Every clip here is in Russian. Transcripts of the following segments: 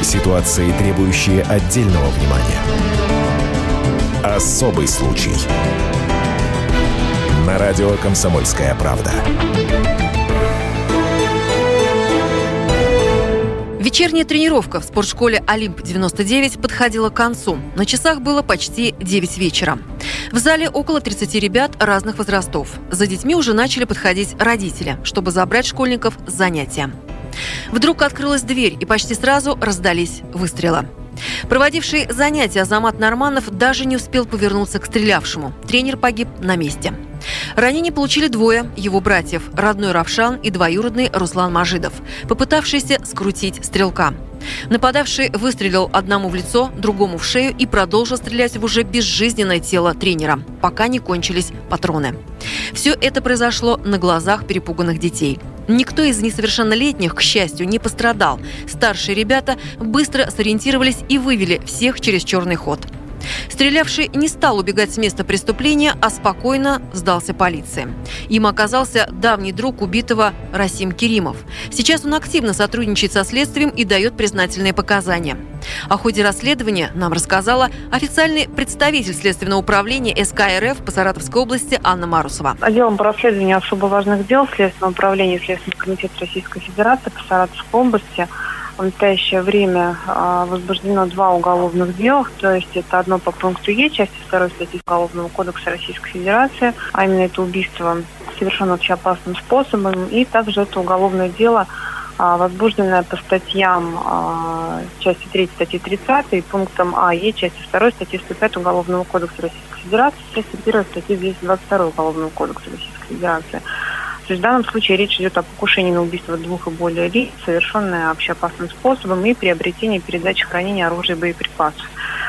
Ситуации, требующие отдельного внимания. Особый случай. На радио «Комсомольская правда». Вечерняя тренировка в спортшколе «Олимп-99» подходила к концу. На часах было почти 9 вечера. В зале около 30 ребят разных возрастов. За детьми уже начали подходить родители, чтобы забрать школьников с занятия. Вдруг открылась дверь, и почти сразу раздались выстрелы. Проводивший занятия Азамат Норманов даже не успел повернуться к стрелявшему. Тренер погиб на месте. Ранения получили двое его братьев – родной Равшан и двоюродный Руслан Мажидов, попытавшиеся скрутить стрелка. Нападавший выстрелил одному в лицо, другому в шею и продолжил стрелять в уже безжизненное тело тренера, пока не кончились патроны. Все это произошло на глазах перепуганных детей. Никто из несовершеннолетних, к счастью, не пострадал. Старшие ребята быстро сориентировались и вывели всех через черный ход. Стрелявший не стал убегать с места преступления, а спокойно сдался полиции. Им оказался давний друг убитого Расим Керимов. Сейчас он активно сотрудничает со следствием и дает признательные показания. О ходе расследования нам рассказала официальный представитель Следственного управления СК РФ по Саратовской области Анна Марусова. Отделом по расследованию особо важных дел Следственного управления Следственного комитета Российской Федерации по Саратовской области в настоящее время возбуждено 2 уголовных дела, то есть это одно по пункту Е, части 2 статьи Уголовного кодекса Российской Федерации, а именно это убийство, совершено общеопасным способом, и также это уголовное дело, возбужденное по статьям части 3 статьи 30 и пунктам А, Е, части 2 статьи 105 Уголовного кодекса Российской Федерации, части 1 статьи 222 Уголовного кодекса Российской Федерации. То есть в данном случае речь идет о покушении на убийство 2 и более лиц, совершенное общеопасным способом, и приобретении, передаче, хранении оружия и боеприпасов.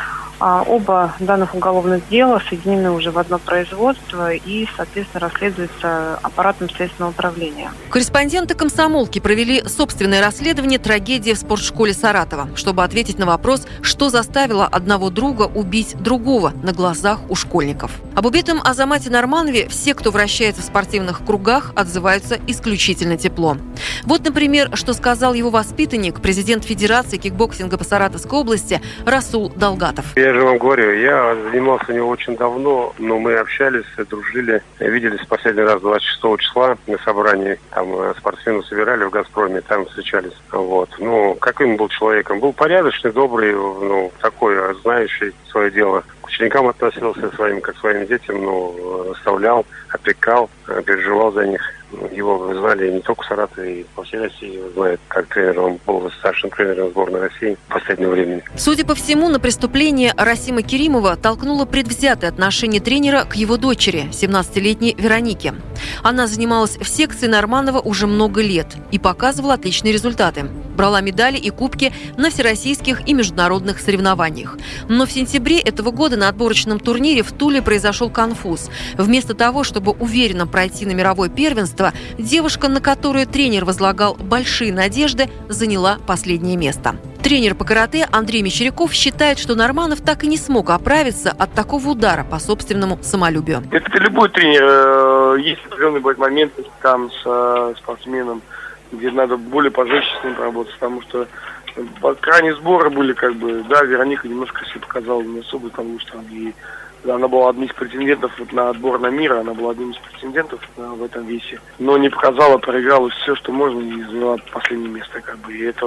Оба данных уголовных дела соединены уже в одно производство и, соответственно, расследуются аппаратом Следственного управления. Корреспонденты «Комсомолки» провели собственное расследование трагедии в спортшколе Саратова, чтобы ответить на вопрос, что заставило одного друга убить другого на глазах у школьников. Об убитом Азамате Норманове все, кто вращается в спортивных кругах, отзываются исключительно тепло. Вот, например, что сказал его воспитанник, президент Федерации кикбоксинга по Саратовской области Расул Далгатов. Я же вам говорю, я занимался у него очень давно, но мы общались, дружили, виделись в последний раз 26 числа на собрании, там спортсменов собирали в «Газпроме», там встречались. Вот. Ну, каким был человеком? Был порядочный, добрый, ну, такой, знающий свое дело. К ученикам относился своим, как к своим детям, ну, оставлял, опекал, переживал за них. Его знали не только в Саратове, и по всей России его знают как тренер. Он был старшим тренером сборной России в последнее время. Судя по всему, на преступление Расима Керимова толкнуло предвзятое отношение тренера к его дочери, 17-летней Веронике. Она занималась в секции Норманова уже много лет и показывала отличные результаты. Брала медали и кубки на всероссийских и международных соревнованиях. Но в сентябре этого года на отборочном турнире в Туле произошел конфуз. Вместо того, чтобы уверенно пройти на мировое первенство, девушка, на которую тренер возлагал большие надежды, заняла последнее место. Тренер по карате Андрей Мещеряков считает, что Норманов так и не смог оправиться от такого удара по собственному самолюбию. Это любой тренер. Есть определенные моменты там с спортсменом, где надо более пожестче с ним работать, потому что крайние сборы были да, Вероника немножко себе показала не особо там лучше, и она была одним из претендентов на отбор на мир, она была одним из претендентов в этом весе, но не показала, проиграла все, что можно, и заняла последнее место, и это,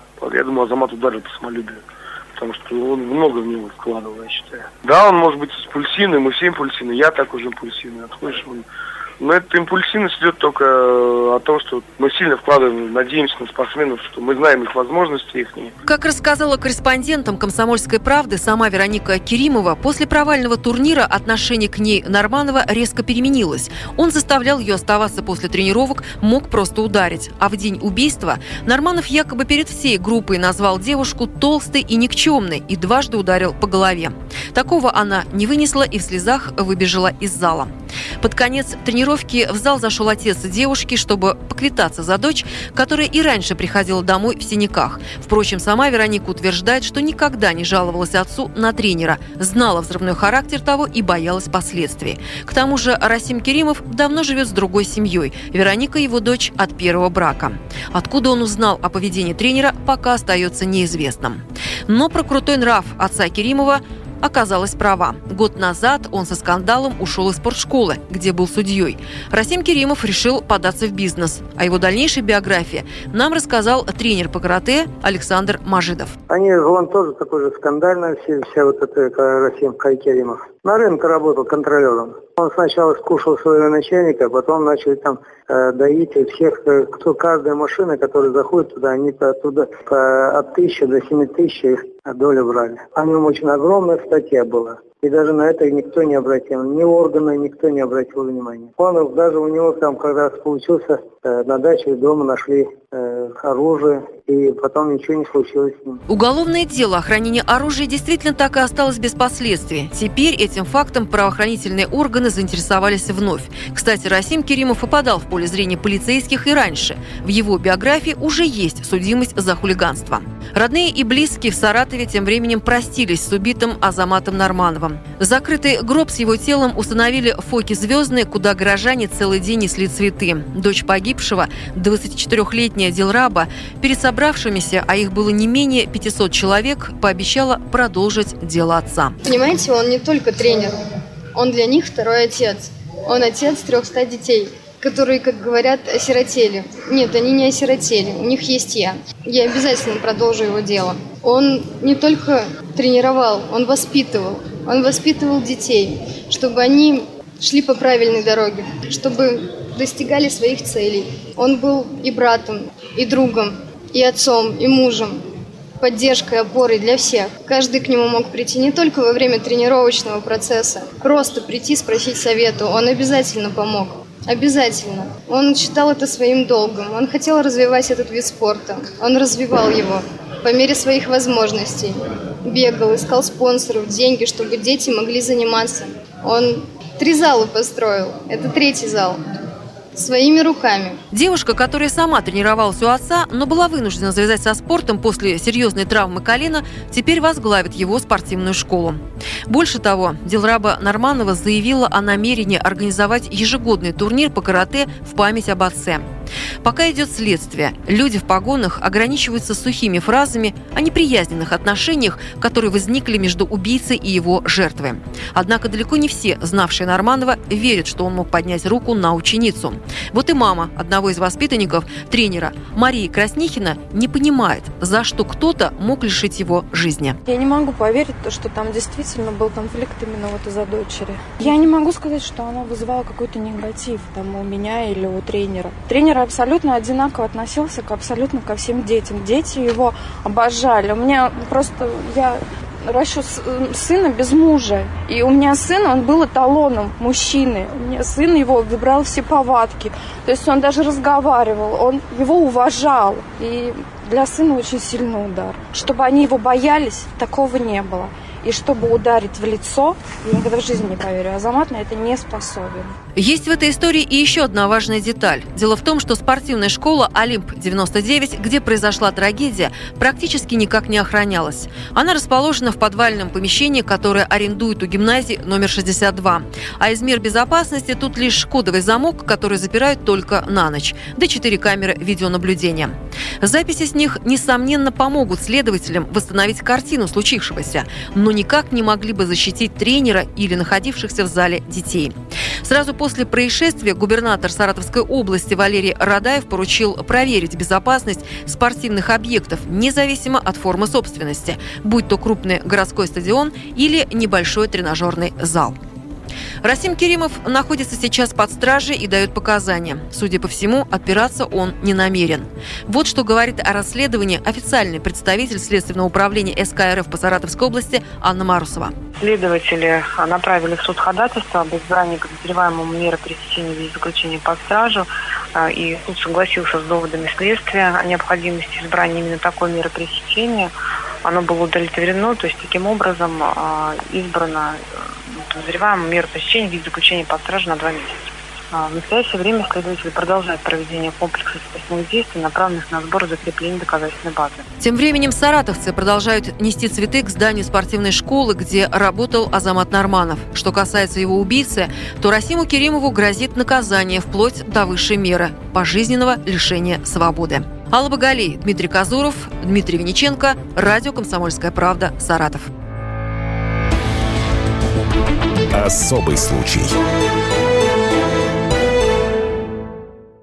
я думаю, Азамат ударил по самолюбию, потому что он много в него вкладывал, я считаю. Да, он может быть импульсивный, мы все импульсивны, я такой же импульсивный, отходишь, но эта импульсивность идет только от того, что мы сильно вкладываем, надеемся на спортсменов, что мы знаем их возможности, их. Как рассказала корреспондентам «Комсомольской правды» сама Вероника Керимова, после провального турнира отношение к ней Норманова резко переменилось. Он заставлял ее оставаться после тренировок, мог просто ударить. А в день убийства Норманов якобы перед всей группой назвал девушку толстой и никчемной и дважды ударил по голове. Такого она не вынесла и в слезах выбежала из зала. Под конец тренировки тренировки в зал зашел отец девушки, чтобы поквитаться за дочь, которая и раньше приходила домой в синяках. Впрочем, сама Вероника утверждает, что никогда не жаловалась отцу на тренера, знала взрывной характер того и боялась последствий. К тому же Расим Керимов давно живет с другой семьей. Вероника – его дочь от первого брака. Откуда он узнал о поведении тренера, пока остается неизвестным. Но про крутой нрав отца Керимова оказалась права. Год назад он со скандалом ушел из спортшколы, где был судьей. Расим Керимов решил податься в бизнес. О его дальнейшей биографии нам рассказал тренер по карате Александр Мажидов. Он тоже такой же скандальный, вся вот эта Расим Керимов. На рынке работал контролером. Он сначала скушал своего начальника, потом начали там доить всех, каждая машина, которая заходит туда, они оттуда от 1000 до 7000 их долю брали. О нем очень огромная статья была. И даже на это никто не обратил, ни органы, никто не обратил внимания. Он даже у него там, когда получился, на даче дома нашли оружие, и потом ничего не случилось с ним. Уголовное дело о хранении оружия действительно так и осталось без последствий. Теперь этим фактом правоохранительные органы заинтересовались вновь. Кстати, Расим Керимов попадал в поле зрения полицейских и раньше. В его биографии уже есть судимость за хулиганство. Родные и близкие в Саратове тем временем простились с убитым Азаматом Нармановым. Закрытый гроб с его телом установили в Фоке Звездной, куда горожане целый день несли цветы. Дочь погибшего, 24-летняя Дилраба, перед собравшимися, а их было не менее 500 человек, пообещала продолжить дело отца. Понимаете, он не только тренер, он для них второй отец. Он отец 300 детей, которые, как говорят, осиротели. Нет, они не осиротели, у них есть я. Я обязательно продолжу его дело. Он не только тренировал, он воспитывал детей, чтобы они шли по правильной дороге, чтобы достигали своих целей. Он был и братом, и другом, и отцом, и мужем, поддержкой, опорой для всех. Каждый к нему мог прийти не только во время тренировочного процесса, просто прийти, спросить совету. Он обязательно помог. Обязательно. Он считал это своим долгом. Он хотел развивать этот вид спорта. Он развивал его по мере своих возможностей. Бегал, искал спонсоров, деньги, чтобы дети могли заниматься. Он 3 зала построил. Это 3-й зал. Своими руками. Девушка, которая сама тренировалась у отца, но была вынуждена завязать со спортом после серьезной травмы колена, теперь возглавит его спортивную школу. Больше того, Дилраба Нарманова заявила о намерении организовать ежегодный турнир по карате в память об отце. Пока идет следствие, люди в погонах ограничиваются сухими фразами о неприязненных отношениях, которые возникли между убийцей и его жертвой. Однако далеко не все, знавшие Нарманова, верят, что он мог поднять руку на ученицу. Вот и мама одного из воспитанников, тренера Марии Краснихина, не понимает, за что кто-то мог лишить его жизни. Я не могу поверить, что там действительно был конфликт именно вот из-за дочери. Я не могу сказать, что она вызывала какой-то негатив там у меня или у тренера. Тренер абсолютно одинаково относился абсолютно ко всем детям. Дети его обожали. У меня просто... Я ращу сына без мужа. И у меня сын, он был эталоном мужчины. У меня сын его выбрал все повадки. То есть он даже разговаривал, он его уважал. И для сына очень сильный удар. Чтобы они его боялись, такого не было. И чтобы ударить в лицо, я никогда в жизни не поверю, Азамат на это не способен. Есть в этой истории и еще одна важная деталь. Дело в том, что спортивная школа «Олимп-99», где произошла трагедия, практически никак не охранялась. Она расположена в подвальном помещении, которое арендуют у гимназии номер 62. А из мер безопасности тут лишь кодовый замок, который запирают только на ночь, да 4 камеры видеонаблюдения. Записи с них, несомненно, помогут следователям восстановить картину случившегося, но никак не могли бы защитить тренера или находившихся в зале детей. Сразу после происшествия губернатор Саратовской области Валерий Радаев поручил проверить безопасность спортивных объектов, независимо от формы собственности, будь то крупный городской стадион или небольшой тренажерный зал. Расим Керимов находится сейчас под стражей и дает показания. Судя по всему, отпираться он не намерен. Вот что говорит о расследовании официальный представитель Следственного управления СК РФ по Саратовской области Анна Марусова. Следователи направили в суд ходатайство об избрании подозреваемому меры пресечения в виде заключения под стражу, и суд согласился с доводами следствия о необходимости избрания именно такой меры пресечения. Оно было удовлетворено, то есть таким образом избрана подозреваемому меру пресечения в виде заключения под стражу на 2 месяца. В настоящее время следователи продолжают проведение комплекса следственных действий, направленных на сбор и закрепление доказательной базы. Тем временем саратовцы продолжают нести цветы к зданию спортивной школы, где работал Азамат Норманов. Что касается его убийцы, то Расиму Керимову грозит наказание вплоть до высшей меры – пожизненного лишения свободы. Алла Багалей, Дмитрий Казуров, Дмитрий Винниченко, радио «Комсомольская правда», Саратов. Особый случай.